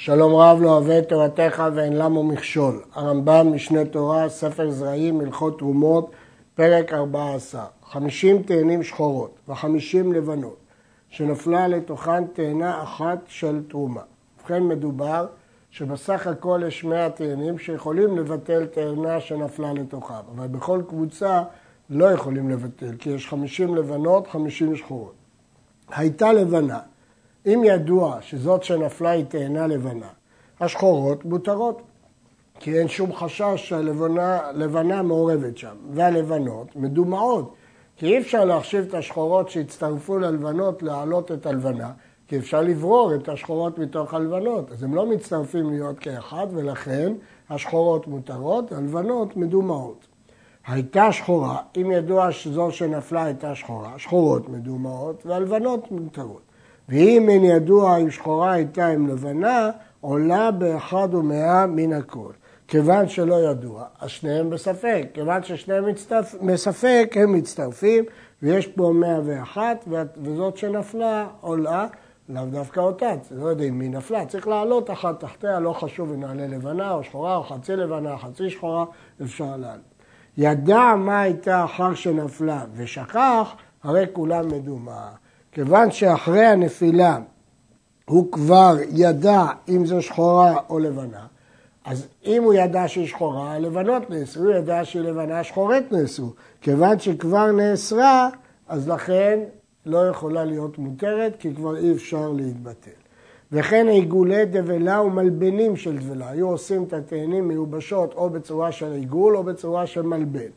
שלום רב לא אוהב את תורתך ואין למו מכשול. הרמב"ם משנה תורה, ספר זרעים, הלכות תרומות, פרק 14. 50 תאנים שחורות ו50 לבנות, שנפלה לתוכן תאנה אחת של תרומה. ובכן מדובר שבסך הכל יש 100 תאנים שיכולים לבטל תאנה שנפלה לתוכם, אבל בכל קבוצה לא יכולים לבטל, כי יש 50 לבנות, 50 שחורות. הייתה לבנה. אם ידוע שזאת שנפלה היא תאנה לבנה, השחורות מותרות, כי אין שום חשש שהלבנה מעורבת שם, והלבנות מדומעות, כי אי אפשר להחשיב את השחורות שהצטרפו ללבנות להעלות את הלבנה, כי אפשר לברור את השחורות מתוך הלבנות, אז הם לא מצטרפים להיות כאחד, ולכן השחורות מותרות, הלבנות מדומעות. הייתה שחורה, אם ידוע שזו שנפלה הייתה שחורה, שחורות מדומעות והלבנות מותרות. ואם אין ידוע אם שחורה הייתה עם לבנה, עולה באחד ומאה מן הכל. כיוון שלא ידוע, אז שניהם בספק. כיוון ששניהם בספק, הם מצטרפים, ויש פה 101, וזאת שנפלה עולה, לאו דווקא אותה. לא יודעים מי נפלה, צריך לעלות אחת תחתיה, לא חשוב אם נעלה לבנה או שחורה או חצי לבנה, חצי שחורה, אפשר לעלות. ידע מה הייתה אחר שנפלה ושכח, הרי כולם מדומה. כיוון שאחרי הנפילה הוא כבר ידע אם זו שחורה או לבנה, אז אם הוא ידע שהיא שחורה, הלבנות נאסרו, הוא ידע שהיא לבנה, שחורת נאסרו. כיוון שכבר נאסרה, אז לכן לא יכולה להיות מותרת, כי כבר אי אפשר להתבטל. וכן עיגולי דבלה ומלבנים של דבלה, היו עושים את התאנים מיובשות או בצורה של עיגול או בצורה של מלבן.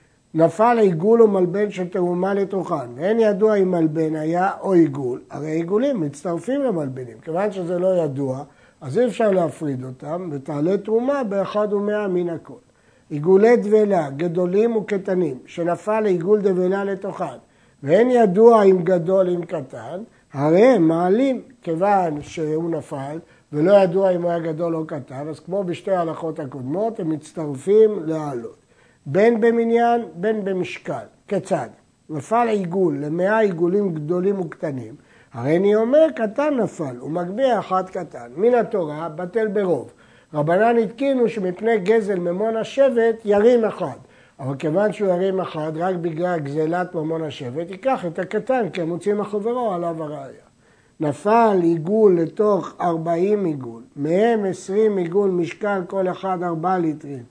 נפל עיגול או מלבן של תרומה לתוכן, ואין ידוע אם מלבן היה או עיגול, הרי עיגולים מצטרפים למלבנים, כיוון שזה לא ידוע, אז אי אפשר להפריד אותם, ותעלה תרומה באחד ומאה מן הכל. עיגולי דבלה, גדולים וקטנים, שנפל עיגול דבלה לתוכן, ואין ידוע אם גדול אם קטן, הרי הם מעלים, כיוון שהוא נפל, ולא ידוע אם הוא היה גדול או קטן, אז כמו בשתי ההלכות הקודמות, הם מצטרפים לעלות. בין במניין, בין במשקל. כיצד? נפל עיגול ל100 עיגולים גדולים וקטנים, הרי אני אומר קטן נפל, ומגביה אחד קטן. מן התורה בטל ברוב. רבנן התקינו שמפני גזל ממון השבט ירים אחד. אבל כיוון שהוא ירים אחד, רק בגלל גזלת ממון השבט, ייקח את הקטן, כי המוציא מחברו עליו הראיה. נפל עיגול לתוך 40 עיגול, מהם 20 עיגול משקל כל אחד 4 ליטרים,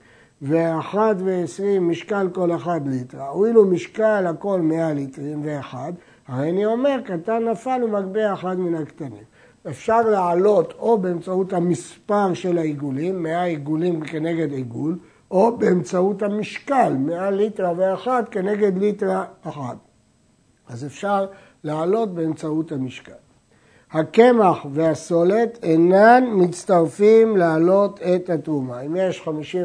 ו1 משקל כל 1 ליטר. הואילו משקל הכל 100 ליטרים ואחד, הרי אני אומר, קטן נפל ומגביה אחד מן הקטנים. אפשר לעלות או באמצעות המספר של העיגולים, 100 עיגולים כנגד עיגול, או באמצעות המשקל, 100 ליטר ואחד כנגד ליטר אחד. אז אפשר לעלות באמצעות המשקל. הקמח והסולת אינן מצטרפים לעלות את התרומה. אם יש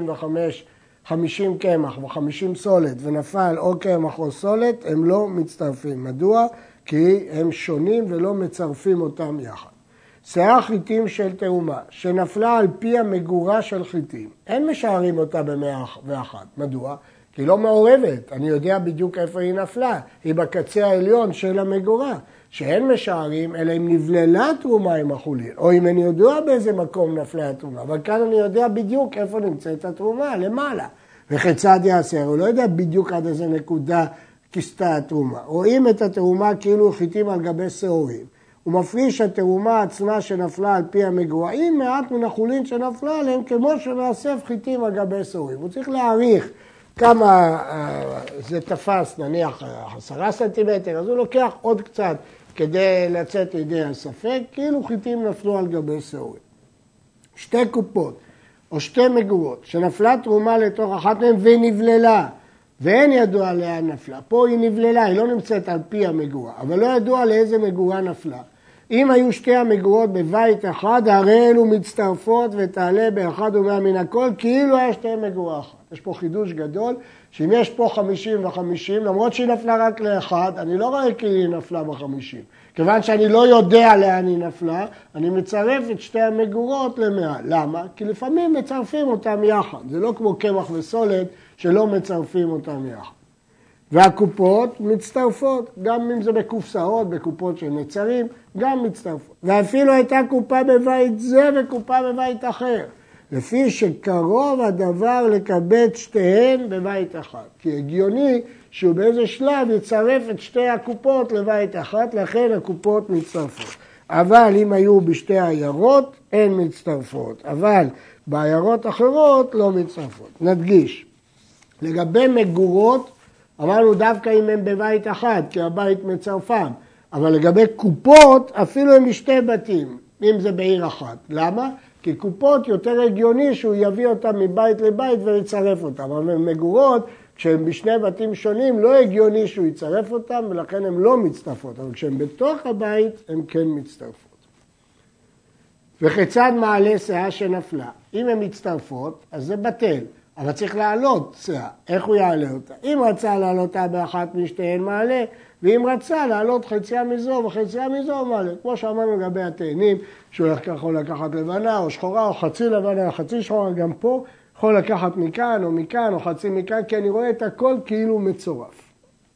50 קמח ו50 סולת ונפל או קמח או סולת, הם לא מצטרפים. מדוע? כי הם שונים ולא מצרפים אותם יחד. שיער חיטים של תרומה, שנפלה על פי המגורה של חיטים, אין משערים אותה ב101. מדוע? כי היא לא מעורבת, אני יודע בדיוק איפה היא נפלה, היא בקצה העליון של המגורה, שאין משערים, אלא אם נבללה תרומה עם החולין, או אם אני יודע באיזה מקום נפלה התרומה, אבל כאן אני יודע בדיוק איפה נמצאת התרומה, למעלה. וכיצד יעשה? הוא לא יודע בדיוק עד איזה נקודה כיסתה התרומה. רואים את התרומה כאילו חיטים על גבי שעורים. הוא מפריש התרומה עצמה שנפלה על פי המגורעים, מעט מן החולין שנפלה עליהם, כמו שמאסף חיטים על גבי שעורים. הוא צריך להעריך כמה זה תפס, נניח 10 סנטימטר, אז הוא לוקח עוד קצת כדי לצאת לידי הספק, כאילו חיטים נפלו על גבי שעורים. 2 קופות או 2 מגורות שנפלה תרומה לתוך אחת מהן ונבללה, ואין ידוע לאן נפלה. פה היא נבללה, היא לא נמצאת על פי המגורה, אבל לא ידוע לאיזה מגורה נפלה. אם היו 2 המגורות בבית אחד, הרי אלו מצטרפות ותעלה באחד ומאה מן הכל, כאילו היה 2 מגורה אחת. יש פה חידוש גדול, שאם יש פה 50 ו50, למרות שהיא נפלה רק לאחד, אני לא רואה כי היא נפלה ב50. כיוון שאני לא יודע לאן היא נפלה, אני מצרף את 2 המגורות ל100. למה? כי לפעמים מצרפים אותם יחד. זה לא כמו קמח וסולת שלא מצרפים אותם יחד. והקופות מצטרפות, גם אם זה בקופסאות, בקופות של נצרים, גם מצטרפות. ואפילו הייתה קופה בבית זה וקופה בבית אחר, לפי שקרוב הדבר לקבץ שתיהן בבית אחד. כי הגיוני שהוא באיזה שלב יצרף את שתי הקופות לבית אחת, לכן הקופות מצטרפות. אבל אם היו בשתי העיירות, הן מצטרפות. אבל בעיירות אחרות לא מצטרפות. נדגיש, לגבי מגורות, אמרנו דווקא אם הם בבית אחד, כי הבית מצרפם. אבל לגבי קופות, אפילו הם בשתי בתים, אם זה בעיר אחת. למה? כי קופות יותר הגיוני שהוא יביא אותם מבית לבית ויצרף אותם. אבל מגורות, כשהם בשני בתים שונים, לא הגיוני שהוא יצרף אותם, ולכן הן לא מצטרפות. אבל כשהם בתוך הבית, הן כן מצטרפות. וכיצד מעלה שאה שנפלה? אם הן מצטרפות, אז זה בטל. אבל צריך לעלות שאה. איך הוא יעלה אותה? אם רצה לעלותה באחת משתיהן מעלה, ואם רצה לעלות חציה מזו וחציה מזו מעלה. כמו שאמרנו לגבי התאנים, שהוא יכול לקחת לבנה או שחורה או חצי לבנה או חצי שחורה, גם פה יכול לקחת מכאן או מכאן או חצי מכאן, כי אני רואה את הכל כאילו מצורף.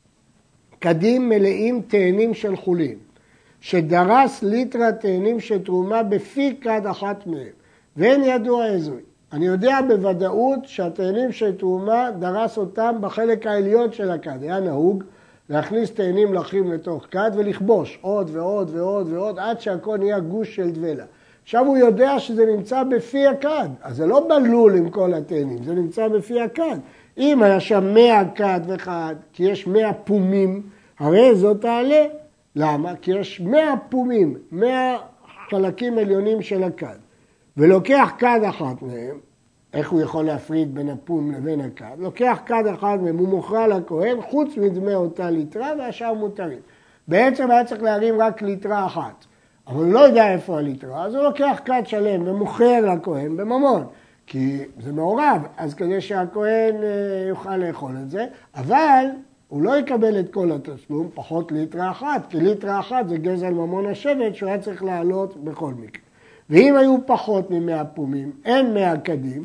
קדים מלאים תאנים של חולין, שדרס ליטרה תאנים של תרומה בפי כד אחת מהם, ואין ידוע איזוי. אני יודע בוודאות שהתאנים של תרומה דרס אותם בחלק העליון של הכד. היה נהוג להכניס תאנים לחים לתוך כד ולכבוש עוד ועוד ועוד ועוד עד שהכל נהיה גוש של דבלה. עכשיו הוא יודע שזה נמצא בפי הכד, אז זה לא בלול עם כל התאנים, זה נמצא בפי הכד. אם היה שם 100 כד וחד, כי יש 100 פומים, הרי זאת תעלה. למה? כי יש 100 פומים, 100 חלקים עליונים של הכד. ולוקח כד אחת מהם, איך הוא יכול להפריד בין הפום לבין הכד? לוקח כד אחת מהם, הוא מוכרע לכהן, חוץ מדמי אותה ליטרה והשאר מותרים. בעצם היה צריך להרים רק ליטרה אחת, אבל הוא לא יודע איפה הליטרה, אז הוא לוקח כד שלם ומוכר לכהן בממון, כי זה מעורב, אז כדי שהכהן יוכל לאכול את זה, אבל הוא לא יקבל את כל התשלום, פחות ליטרה אחת, כי ליטרה אחת זה גזל ממון השבט שהוא היה צריך לעלות בכל מקרה. ואם היו פחות מ100 פומים, אין 100 קדים,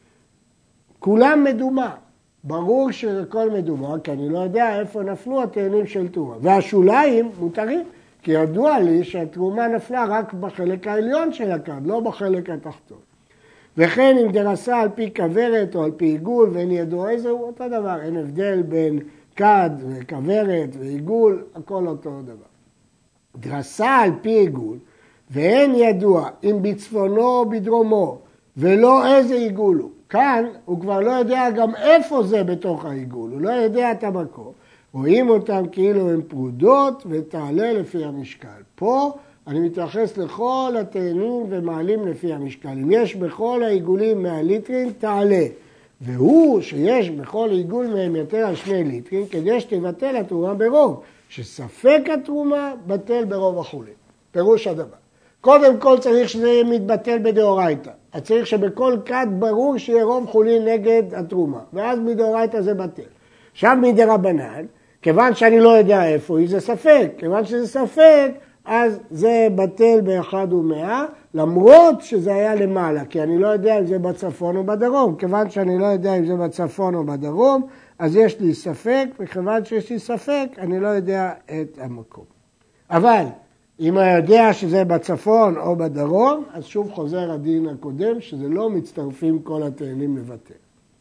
כולם מדומה. ברור שהכל מדומה, כי אני לא יודע איפה נפלו התאנים של תרומה. והשוליים מותרים, כי ידוע לי שהתרומה נפלה רק בחלק העליון של הכד, לא בחלק התחתון. וכן אם דרסה על פי כברת או על פי עיגול, ואין ידוע איזה, הוא אותו דבר. אין הבדל בין כד וכברת ועיגול, הכל אותו דבר. דרסה על פי עיגול, ואין ידוע אם בצפונו או בדרומו, ולא איזה עיגול הוא. כאן הוא כבר לא יודע גם איפה זה בתוך העיגול, הוא לא יודע את המקום. רואים אותם כאילו הם פרודות ותעלה לפי המשקל. פה אני מתייחס לכל התאנים ומעלים לפי המשקל. אם יש בכל העיגולים 100 ליטרים, תעלה. והוא שיש בכל עיגול מהם יותר על 2 ליטרים, כדי שתבטל התרומה ברוב, שספק התרומה בטל ברוב החולין. פירוש הדבר. קודם כל צריך שזה יהיה מתבטל בדאורייתא. אז צריך שבכל כד ברור שיהיה רוב חולין נגד התרומה, ואז מדאורייתא זה בטל. עכשיו מדרבנן, כיוון שאני לא יודע איפה היא, זה ספק. כיוון שזה ספק, אז זה בטל באחד ומאה, למרות שזה היה למעלה, כי אני לא יודע אם זה בצפון או בדרום. כיוון שאני לא יודע אם זה בצפון או בדרום, אז יש לי ספק, וכיוון שיש לי ספק, אני לא יודע את המקום. אבל אם אני יודע שזה בצפון או בדרום, אז שוב חוזר הדין הקודם, שזה לא מצטרפים כל התאנים לבטל.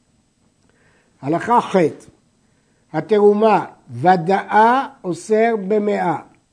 הלכה ח' התרומה ודאה אוסר ב100,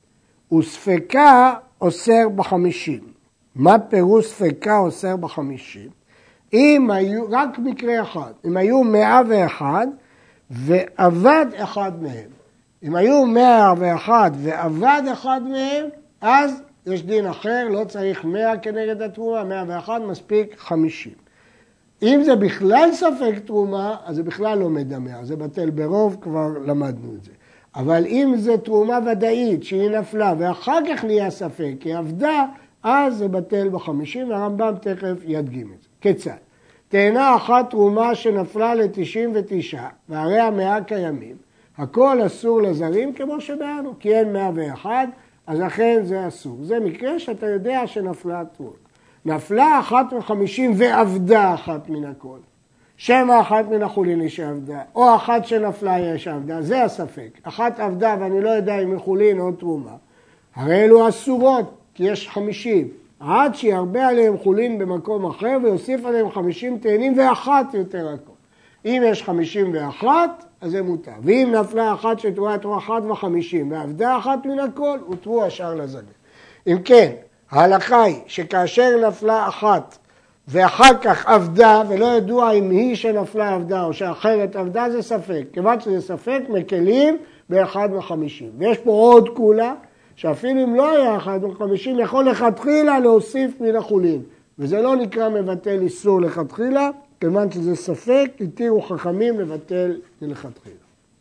וספקה אוסר ב50. מה פירוש ספקה אוסר ב50? אם היו, רק מקרה אחד, אם היו 101 ועבד אחד מהם. אם היו 101 ועבד אחד מהם, אז יש דין אחר, לא צריך 100 כנגד התרומה, 101 מספיק 50. אם זה בכלל ספק תרומה, אז זה בכלל לא מדמה, זה בטל ברוב, כבר למדנו את זה. אבל אם זה תרומה ודאית שהיא נפלה ואחר כך נהיה ספק, היא עבדה, אז זה בטל ב50, והרמב"ם תכף ידגים את זה. כיצד? תאנה אחת תרומה שנפלה ל99, והרי 100 קיימים. הכל אסור לזרים כמו שבאנו, כי אין 101, אז לכן זה אסור. זה מקרה שאתה יודע שנפלה תרומה. נפלה 1 מ50 ועבדה אחת מן הכל. שמא אחת מן החולין היא שעבדה, או אחת שנפלה היא שעבדה, זה הספק. אחת עבדה ואני לא יודע אם היא חולין או תרומה. הרי אלו אסורות, כי יש 50. עד שירבה עליהם חולין במקום אחר ויוסיף עליהם 50 תאנים ואחת יותר הכל. אם יש 51, אז זה מותר. ואם נפלה אחת שתרועה תרועה 1 ו50 ועבדה אחת מן הכל, הותרו השאר לזגר. אם כן, ההלכה היא שכאשר נפלה אחת ואחר כך עבדה, ולא ידוע אם היא שנפלה עבדה או שאחרת עבדה, זה ספק. כיוון שזה ספק, מקלים ב1 ו50. ויש פה עוד כולה, שאפילו אם לא היה 1 ו50, יכול לכתחילה להוסיף מן החולין. וזה לא נקרא מבטל איסור לכתחילה, כיוון שזה ספק, התירו חכמים לבטל מלכתחילה.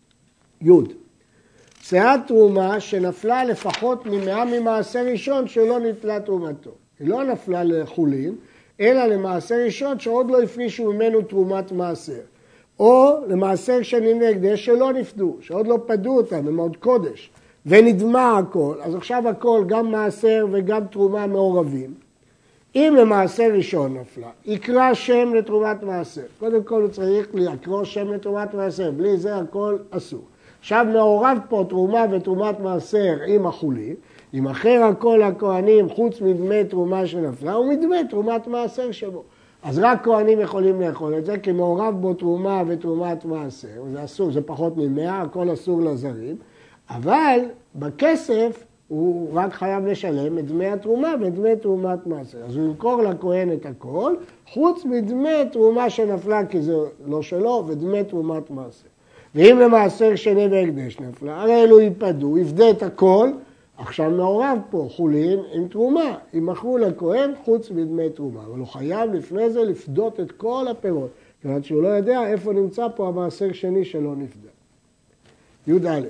י' שאת תרומה שנפלה לפחות מ100 ממעשר ראשון שלא נטלה תרומתו. היא לא נפלה לחולין, אלא למעשר ראשון שעוד לא הפרישו ממנו תרומת מעשר. או למעשר שנים להקדש שלא נפדו, שעוד לא פדו אותם, הם עוד קודש. ונדמה הכל, אז עכשיו הכל, גם מעשר וגם תרומה מעורבים. אם למעשר ראשון נפלה, יקרא שם לתרומת מעשר. קודם כל הוא צריך לקרוא שם לתרומת מעשר, בלי זה הכל אסור. עכשיו מעורב פה תרומה ותרומת מעשר עם החולין, אם אחר הכל הכהנים חוץ מדמי תרומה שנפלה, הוא מדמי תרומת מעשר שבו. אז רק כהנים יכולים לאכול את זה, כי מעורב בו תרומה ותרומת מעשר, זה אסור, זה פחות מ100, הכל אסור לזרים, אבל בכסף הוא רק חייב לשלם את דמי התרומה ודמי תרומת מעשר. אז הוא ימכור לכהן את הכל, חוץ מדמי תרומה שנפלה, כי זה לא שלו, ודמי תרומת מעשר. ואם למעשר שני והקדש נפלה, הרי אלו ייפדו, יפדה את הכל, עכשיו מעורב פה חולין עם תרומה, ימכרו לכהן חוץ מדמי תרומה, אבל הוא חייב לפני זה לפדות את כל הפירות, כיוון שהוא לא יודע איפה נמצא פה המעשר שני שלא נפדה. י"א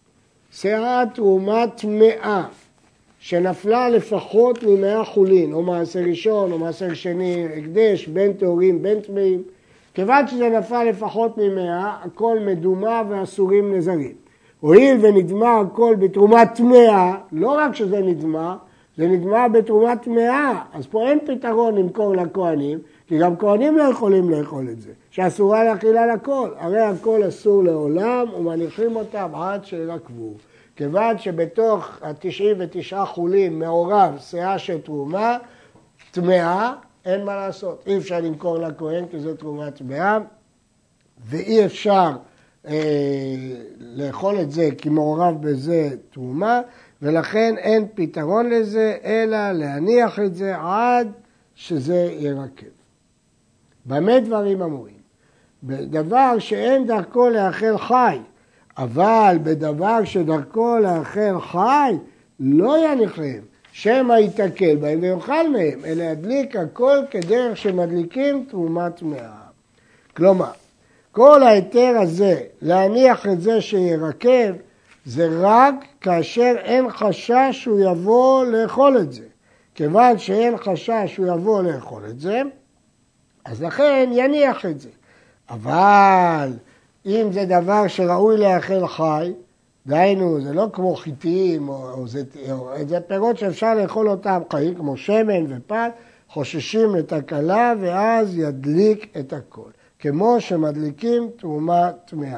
שאת תרומה טמאה שנפלה לפחות מ100 חולין, או מעשר ראשון או מעשר שני, הקדש, בין טהורים, בין טמאים, כיוון שזה נפל לפחות מ100, הכל מדומה ואסורים לזרים. הואיל ונדמה הכל בתרומת טמאה, לא רק שזה נדמה, זה נדמה בתרומת טמאה, אז פה אין פתרון למכור לכהנים, כי גם כהנים לא יכולים לאכול את זה, שאסורה לאכילה לכל, הרי הכל אסור לעולם ומניחים אותם עד שירקבו. כיוון שבתוך ה99 חולין מעורב שאה של תרומה, טמאה, אין מה לעשות, אי אפשר למכור לכהן כי זה תרומת טמאה, ואי אפשר לאכול את זה כי מעורב בזה תרומה, ולכן אין פתרון לזה, אלא להניח את זה עד שזה ירקב. במה דברים אמורים? בדבר שאין דרכו לאכל חי, אבל בדבר שדרכו לאכל חי, לא יניח להם, שמא יתקל בהם ויאכל מהם, אלא ידליק הכל כדרך שמדליקים תרומת טמאה. כלומר, כל ההיתר הזה, להניח את זה שירקב, זה רק כאשר אין חשש שהוא יבוא לאכול את זה. כיוון שאין חשש שהוא יבוא לאכול את זה, אז לכן יניח את זה. אבל אם זה דבר שראוי לאכול חי, דהיינו, זה לא כמו חיטים, זה פירות שאפשר לאכול אותם חיים, כמו שמן ופת, חוששים את הקלה ואז ידליק את הכל. כמו שמדליקים תרומה טמאה.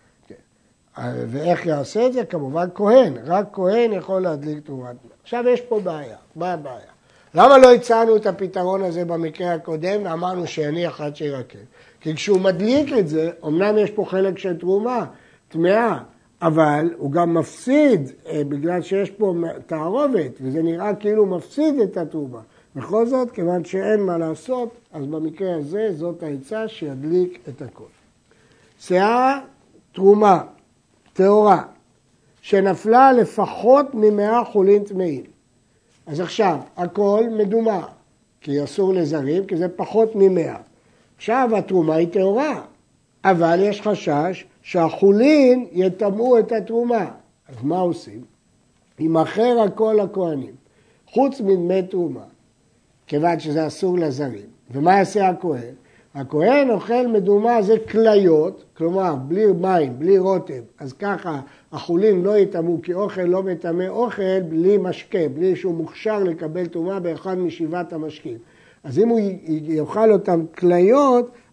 ואיך יעשה את זה? כמובן כהן, רק כהן יכול להדליק תרומה טמאה. עכשיו יש פה בעיה, מה הבעיה? למה לא הצענו את הפתרון הזה במקרה הקודם ואמרנו שיניח עד שירקב? כי כשהוא מדליק את זה, אמנם יש פה חלק של תרומה טמאה, אבל הוא גם מפסיד בגלל שיש פה תערובת, וזה נראה כאילו מפסיד את התרומה. בכל זאת, כיוון שאין מה לעשות, אז במקרה הזה זאת העצה שידליק את הכל. שאה תרומה, טהורה, שנפלה לפחות מ100 חולין טמאים. אז עכשיו, הכל מדומה, כי אסור לזרים, כי זה פחות מ100. עכשיו התרומה היא טהורה, אבל יש חשש שהחולין יטמאו את התרומה. אז מה עושים? ימכר הכל לכהנים, חוץ מדמי תרומה, כיוון שזה אסור לזרים. ומה יעשה הכהן? הכהן אוכל מדומה זה כליות, כלומר בלי מים, בלי רוטב, אז ככה החולין לא יטמאו, כי אוכל לא מטמא אוכל בלי משקה, בלי שהוא מוכשר לקבל תרומה באחד משבעת המשקים. אז אם הוא יאכל אותם כליות,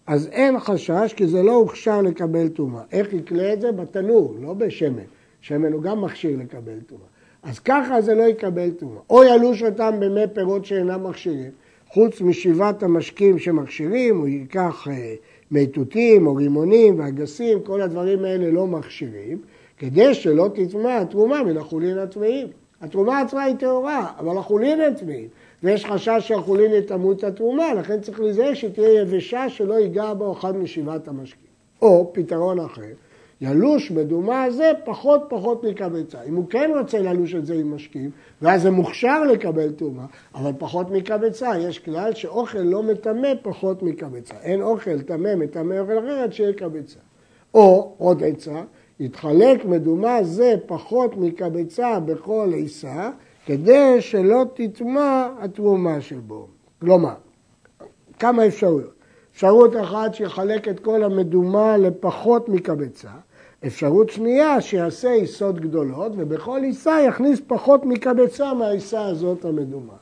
אז אין חשש כי זה לא הוכשר לקבל טומאה. איך יקלה את זה? בתנור, לא בשמן. שמן הוא גם מכשיר לקבל טומאה. אז ככה זה לא יקבל טומאה. או ילוש אותם במי פירות שאינם מכשירים, חוץ משבעת המשקים שמכשירים, הוא ייקח מי תותים או רימונים ואגסים, כל הדברים האלה לא מכשירים, כדי שלא תטמא התרומה מן החולין הטמאים. התרומה עצמה היא טהורה, אבל החולין הם טמאים. ויש חשש שהחולין יטמאו את התרומה, לכן צריך להיזהר שתהיה יבשה שלא ייגע בו אחד משבעת המשקים. או פתרון אחר, ילוש בדומה הזה פחות מקבצה. אם הוא כן רוצה ללוש את זה עם משקים, ואז זה מוכשר לקבל טומאה, אבל פחות מקבצה. יש כלל שאוכל לא מטמא פחות מקבצה. אין אוכל טמא מטמא אוכל אחרת שיהיה קבצה. או עוד עצה, יתחלק מדומה זה פחות מקבצה בכל עיסה, כדי שלא תטמא התרומה שבו. כלומר, כמה אפשרויות. אפשרות אחת שיחלק את כל המדומה לפחות מקבצה. אפשרות שנייה שיעשה עיסות גדולות, ובכל עיסה יכניס פחות מקבצה מהעיסה הזאת המדומה.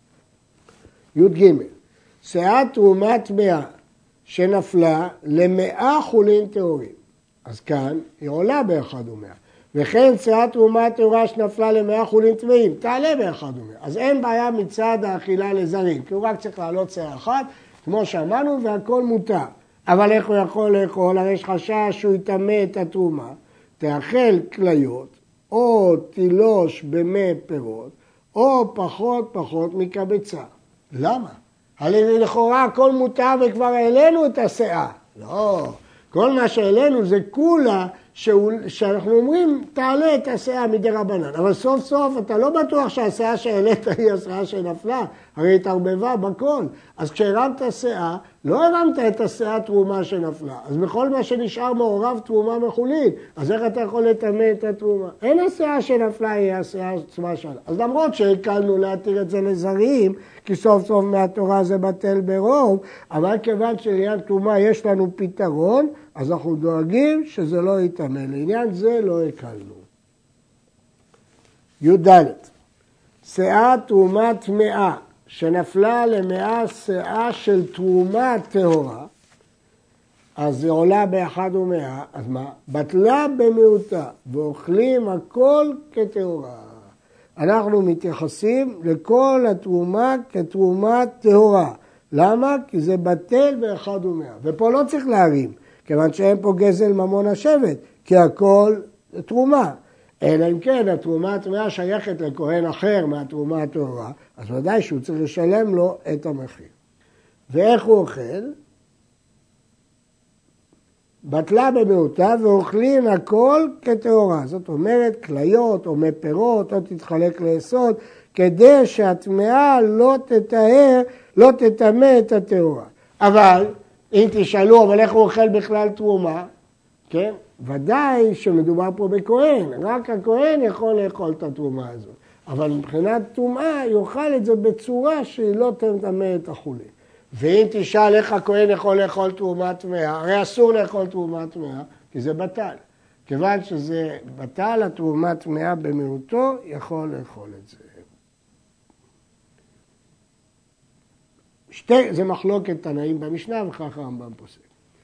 י"ג, שאת תרומה טמאה שנפלה ל100 חולין טהורים. אז כאן היא עולה ב1 ו100. וכן שאת תרומה טהורה שנפלה ל100 חולין טמאים, תעלה ב1 ו100. אז אין בעיה מצד האכילה לזרים, כי הוא רק צריך לעלות שאה אחת, כמו שאמרנו, והכל מותר. אבל איך הוא יכול לאכול? הרי יש חשש שהוא יטמא את התרומה, תאכל כליות, או תילוש במי פירות, או פחות מקבצה. למה? הרי לכאורה הכל מותר וכבר העלינו את השאה. לא, כל מה שהעלינו זה כולה שאנחנו אומרים תעלה את השאה מדי רבנן, אבל סוף סוף אתה לא בטוח שהשאה שהעלית היא השאה שנפלה, הרי התערבבה בכל. אז כשהרמת השאה, לא הרמת את השאה תרומה שנפלה, אז בכל מה שנשאר מעורב תרומה מחולין, אז איך אתה יכול לטמא את התרומה? אין השאה שנפלה היא השאה עצמה שלה. אז למרות שהקלנו להתיר את זה לזרים, כי סוף סוף מהתורה זה בטל ברוב, אבל כיוון שלעניין תרומה יש לנו פתרון, אז אנחנו דואגים שזה לא יטמא. לעניין זה לא הקלנו. י"ד, שאה תרומה טמאה שנפלה ל100 שאה של תרומה טהורה, אז זה עולה ב1 ו100, אז מה? בטלה במיעוטה, ואוכלים הכל כטהורה. אנחנו מתייחסים לכל התרומה כתרומה טהורה. למה? כי זה בטל ב1 ו100. ופה לא צריך להרים, כיוון שאין פה גזל ממון השבט, כי הכל תרומה. אלא אם כן, התרומה הטמאה שייכת לכהן אחר מהתרומה הטהורה, אז ודאי שהוא צריך לשלם לו את המחיר. ואיך הוא אוכל? בטלה במיעוטה ואוכלים הכל כטהורה. זאת אומרת, כליות או מי פירות, או תתחלק ליסוד, כדי שהטמאה לא תטמא את הטהורה. אבל, אם תשאלו, אבל איך הוא אוכל בכלל תרומה? כן? ודאי שמדובר פה בכהן, רק הכהן יכול לאכול את התרומה הזאת. אבל מבחינת טומאה יאכל את זה בצורה שהיא לא תטמא את החולין. ואם תשאל איך הכהן יכול לאכול תרומה טמאה, הרי אסור לאכול תרומה טמאה, כי זה בטל. כיוון שזה בטל, התרומה טמאה במיעוטו יכול לאכול את זה. זה מחלוקת תנאים במשנה וכך הרמב"ם פוסק.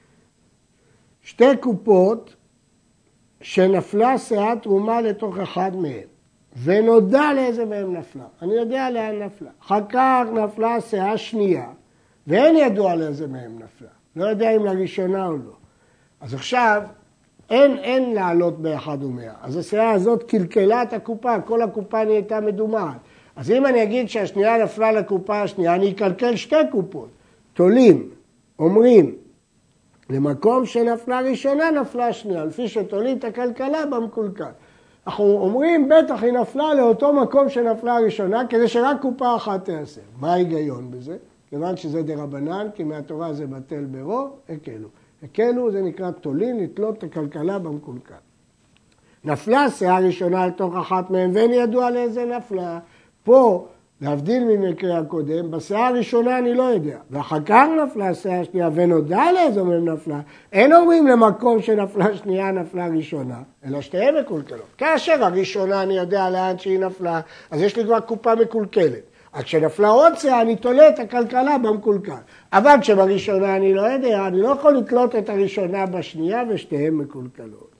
2 קופות שנפלה שאה תרומה לתוך אחד מהם, ונודע לאיזה מהם נפלה. אני יודע לאן נפלה. אחר כך נפלה שאה שנייה, ואין ידוע לאיזה מהם נפלה. לא יודע אם לראשונה או לא. אז עכשיו אין לעלות ב1 ו100. אז השאה הזאת קלקלה את הקופה, כל הקופה נהייתה מדומעת. אז אם אני אגיד שהשנייה נפלה לקופה השנייה, אני אקלקל 2 קופות. תולים, אומרים, למקום שנפלה ראשונה נפלה שנייה, לפי שתולים את הכלכלה במקולקל. אנחנו אומרים, בטח היא נפלה לאותו מקום שנפלה הראשונה, כדי שרק קופה אחת תיעשה. מה ההיגיון בזה? כיוון שזה דרבנן, כי מהתורה זה בטל ברוב, הקלו. הקלו זה נקרא תולים, לתלות את הכלכלה במקולקל. נפלה שאה ראשונה לתוך אחת מהם, ואין ידוע לאיזה נפלה. פה, להבדיל ממקרה הקודם, בשאה הראשונה אני לא יודע. ואחר כך נפלה שאה שנייה, ונודע לאיזו מהם נפלה. אין אומרים למקום שנפלה שנייה, נפלה ראשונה, אלא שתיהן מקולקלות. כאשר הראשונה אני יודע לאן שהיא נפלה, אז יש לי כבר קופה מקולקלת. אז כשנפלה עוד שאה אני תולה את הכלכלה במקולקל. אבל כשבראשונה אני לא יודע, אני לא יכול לתלות את הראשונה בשנייה ושתיהן מקולקלות.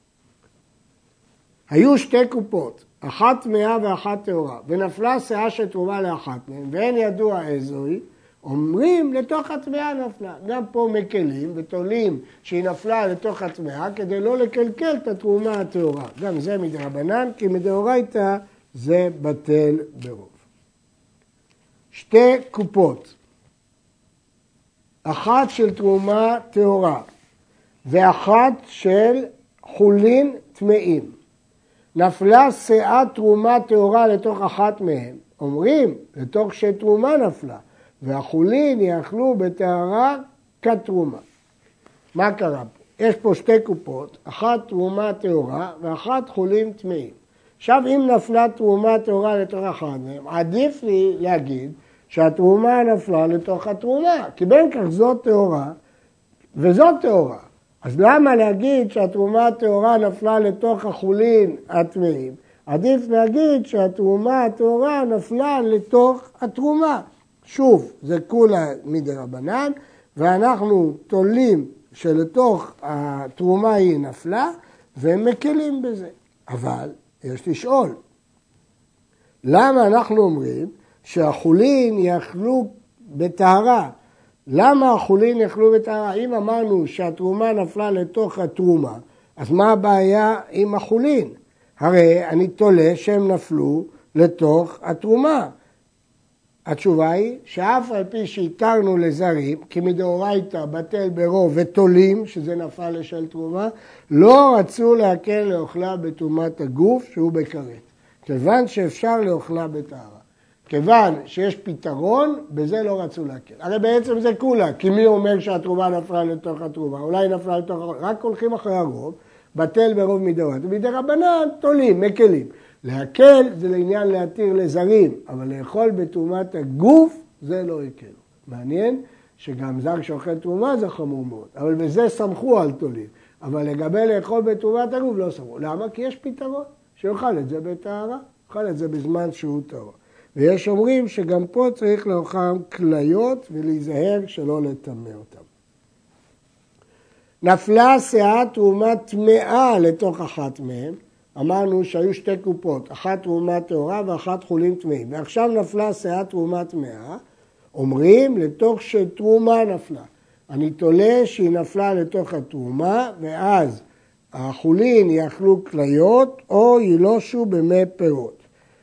היו שתי קופות, אחת טמאה ואחת טהורה, ונפלה שאה שתרומה לאחת מהן, ואין ידוע איזו היא, אומרים לתוך הטמאה נפלה. גם פה מקלים ותולים שהיא נפלה לתוך הטמאה כדי לא לקלקל את התרומה הטהורה. גם זה מדרבנן, כי מדאורייתא זה בטל ברוב. שתי קופות, אחת של תרומה טהורה ואחת של חולין טמאים. נפלה שאה תרומה טהורה לתוך אחת מהן, אומרים לתוך שתרומה נפלה, והחולין יאכלו בטהרה כתרומה. מה קרה פה? יש פה שתי קופות, אחת תרומה טהורה ואחת חולין טמאים. עכשיו אם נפלה תרומה טהורה לתוך אחת מהם, עדיף לי להגיד שהתרומה נפלה לתוך התרומה, כי בין כך זאת טהורה וזאת טהורה. אז למה להגיד שהתרומה הטהורה נפלה לתוך החולין הטמאים? עדיף להגיד שהתרומה הטהורה נפלה לתוך התרומה. שוב, זה כולה מדרבנן, ואנחנו תולים שלתוך התרומה היא נפלה, והם מקלים בזה. אבל יש לשאול, למה אנחנו אומרים שהחולין יאכלו בטהרה? למה החולין יאכלו בטהרה? אם אמרנו שהתרומה נפלה לתוך התרומה, אז מה הבעיה עם החולין? הרי אני תולה שהם נפלו לתוך התרומה. התשובה היא שאף על פי שהתרנו לזרים, כי מדאורייתא בטל ברוב ותולים, שזה נפל לשל תרומה, לא רצו להקל לאוכלה בטומאת הגוף שהוא בכרת. כיוון שאפשר לאוכלה בטהרה. כיוון שיש פתרון, בזה לא רצו להקל. הרי בעצם זה כולה, כי מי אומר שהתרומה נפלה לתוך התרומה? אולי נפלה לתוך התרומה, רק הולכים אחרי הרוב, בטל ברוב מדאורייתא. ומדרבנן תולים, מקלים. להקל זה לעניין להתיר לזרים, אבל לאכול בטומאת הגוף זה לא יקל. מעניין שגם זר שאוכל תרומה זה חמור מאוד, אבל בזה סמכו על תולים. אבל לגבי לאכול בטומאת הגוף לא סמכו. למה? כי יש פתרון, שיאכל את זה בטהרה, יאכל את זה בזמן שהוא טהור. ויש אומרים שגם פה צריך לאכול כליות ולהיזהר שלא לטמא אותם. נפלה שאה תרומה טמאה לתוך אחת מהם, אמרנו שהיו שתי קופות, אחת תרומה טהורה ואחת חולין טמאים, ועכשיו נפלה שאה תרומה טמאה, אומרים לתוך שתרומה נפלה. אני תולה שהיא נפלה לתוך התרומה, ואז החולין יאכלו כליות או ילושו במי פירות.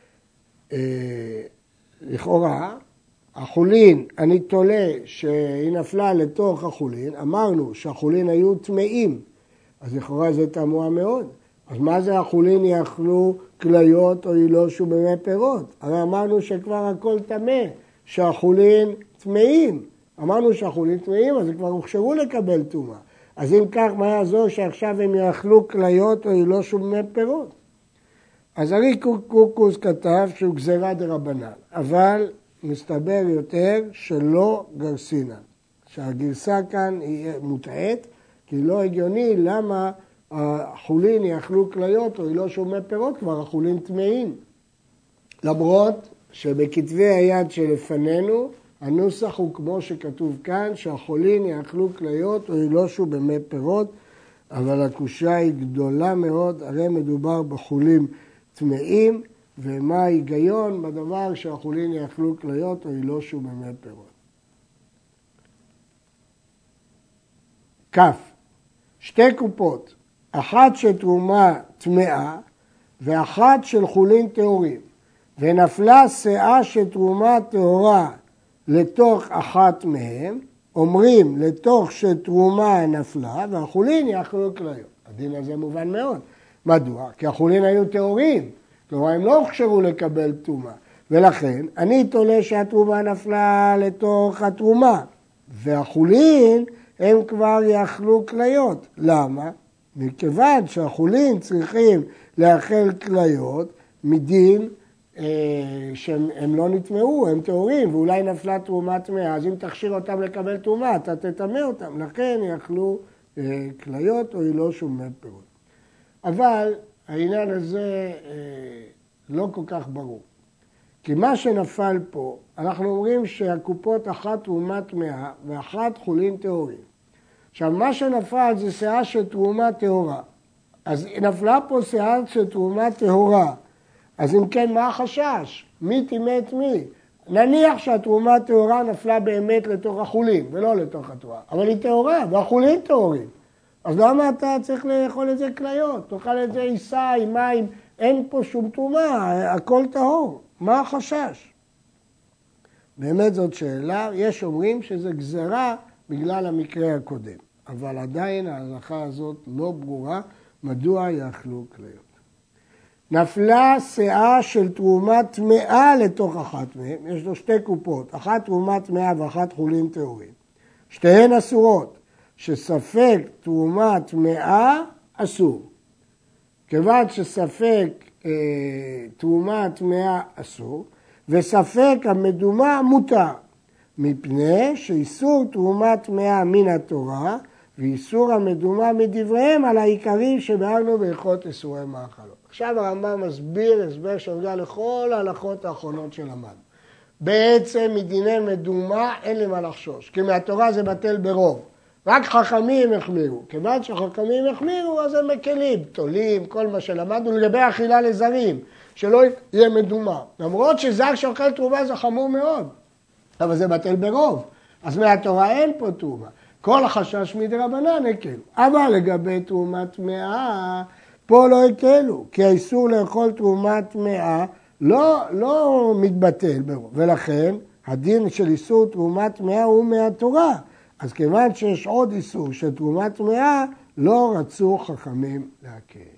לכאורה, החולין, אני תולה שהיא נפלה לתוך החולין, אמרנו שהחולין היו טמאים, אז לכאורה זה תמוה מאוד. אז מה זה החולין יאכלו כליות או ילושו במי פירות? הרי אמרנו שכבר הכל טמא, שהחולין טמאים. אמרנו שהחולין טמאים, אז הם כבר הוכשרו לקבל טומאה. אז אם כך, מה יעזור שעכשיו הם יאכלו כליות או ילושו במי פירות? אז הרי קוקוס כתב שהוא גזירה דרבנן, אבל מסתבר יותר שלא גרסינן. שהגרסה כאן היא מוטעית, כי לא הגיוני למה החולין יאכלו כליות או ילושו במי פירות, כבר החולין טמאים. למרות שבכתבי היד שלפנינו, הנוסח הוא כמו שכתוב כאן, שהחולין יאכלו כליות או ילושו במי פירות, אבל הקושה היא גדולה מאוד, הרי מדובר בחולים טמאים, ומה ההיגיון בדבר שהחולין יאכלו כליות או ילושו במי פירות. כף, שתי קופות, אחת של תרומה טמאה ואחת של חולין טהורים, ונפלה שאה של תרומה טהורה לתוך אחת מהם, אומרים לתוך שתרומה נפלה והחולין יאכלו כליות. הדין הזה מובן מאוד. מדוע? כי החולין היו טהורים, כלומר הם לא הוכשרו לקבל טומאה, ולכן אני תולה שהתרומה נפלה לתוך התרומה, והחולין הם כבר יאכלו כליות. למה? מכיוון שהחולין צריכים לאכל כליות מדין שהם לא נטמעו, הם טהורים, ואולי נפלה תרומה טמאה, אז אם תכשיר אותם לקבל תרומה, אתה תטמא אותם, לכן יאכלו כליות או ילושו במי פירות. אבל העניין הזה לא כל כך ברור, כי מה שנפל פה, אנחנו אומרים שהקופות אחת תרומה טמאה ואחת חולין טהורים. עכשיו, מה שנפל זה שיער של תרומה טהורה. אז נפלה פה שיער של תרומה טהורה. אז אם כן, מה החשש? מי טימא את מי? נניח שהתרומה טהורה נפלה באמת לתוך החולין, ולא לתוך התורה. אבל היא טהורה, והחולין טהורים. אז למה אתה צריך לאכול את זה כליות? תאכל את זה עיסה עם מים, אין פה שום תרומה, הכל טהור. מה החשש? באמת זאת שאלה, יש אומרים שזה גזרה בגלל המקרה הקודם. אבל עדיין ההלכה הזאת לא ברורה, מדוע יאכלו כליות. נפלה שאה של תרומה טמאה לתוך אחת מהן, יש לו שתי קופות, אחת תרומה טמאה ואחת חולין טהורים. שתיהן אסורות, שספק תרומה טמאה אסור. כיוון שספק תרומה טמאה אסור, וספק המדומה מותר, מפני שאיסור תרומה טמאה מן התורה, ואיסור המדומה מדבריהם על העיקרים שבהרנו בהלכות איסורי מאכלות. עכשיו הרמב"ם מסביר הסבר שנוגע לכל ההלכות האחרונות שלמדנו. בעצם מדיני מדומה אין לי מה לחשוש, כי מהתורה זה בטל ברוב. רק חכמים החמירו. כיוון שחכמים החמירו, אז הם מקלים, תולים, כל מה שלמדנו לגבי אכילה לזרים, שלא יהיה מדומה. למרות שזר שאוכל תרומה זה חמור מאוד, אבל זה בטל ברוב. אז מהתורה אין פה תרומה. כל החשש מדרבנן הקלו. אבל לגבי תרומה טמאה, פה לא הקלו, כי האיסור לאכול תרומה טמאה לא מתבטל ברוב. ולכן הדין של איסור תרומה טמאה הוא מהתורה. אז כיוון שיש עוד איסור של תרומה טמאה, לא רצו חכמים להקל.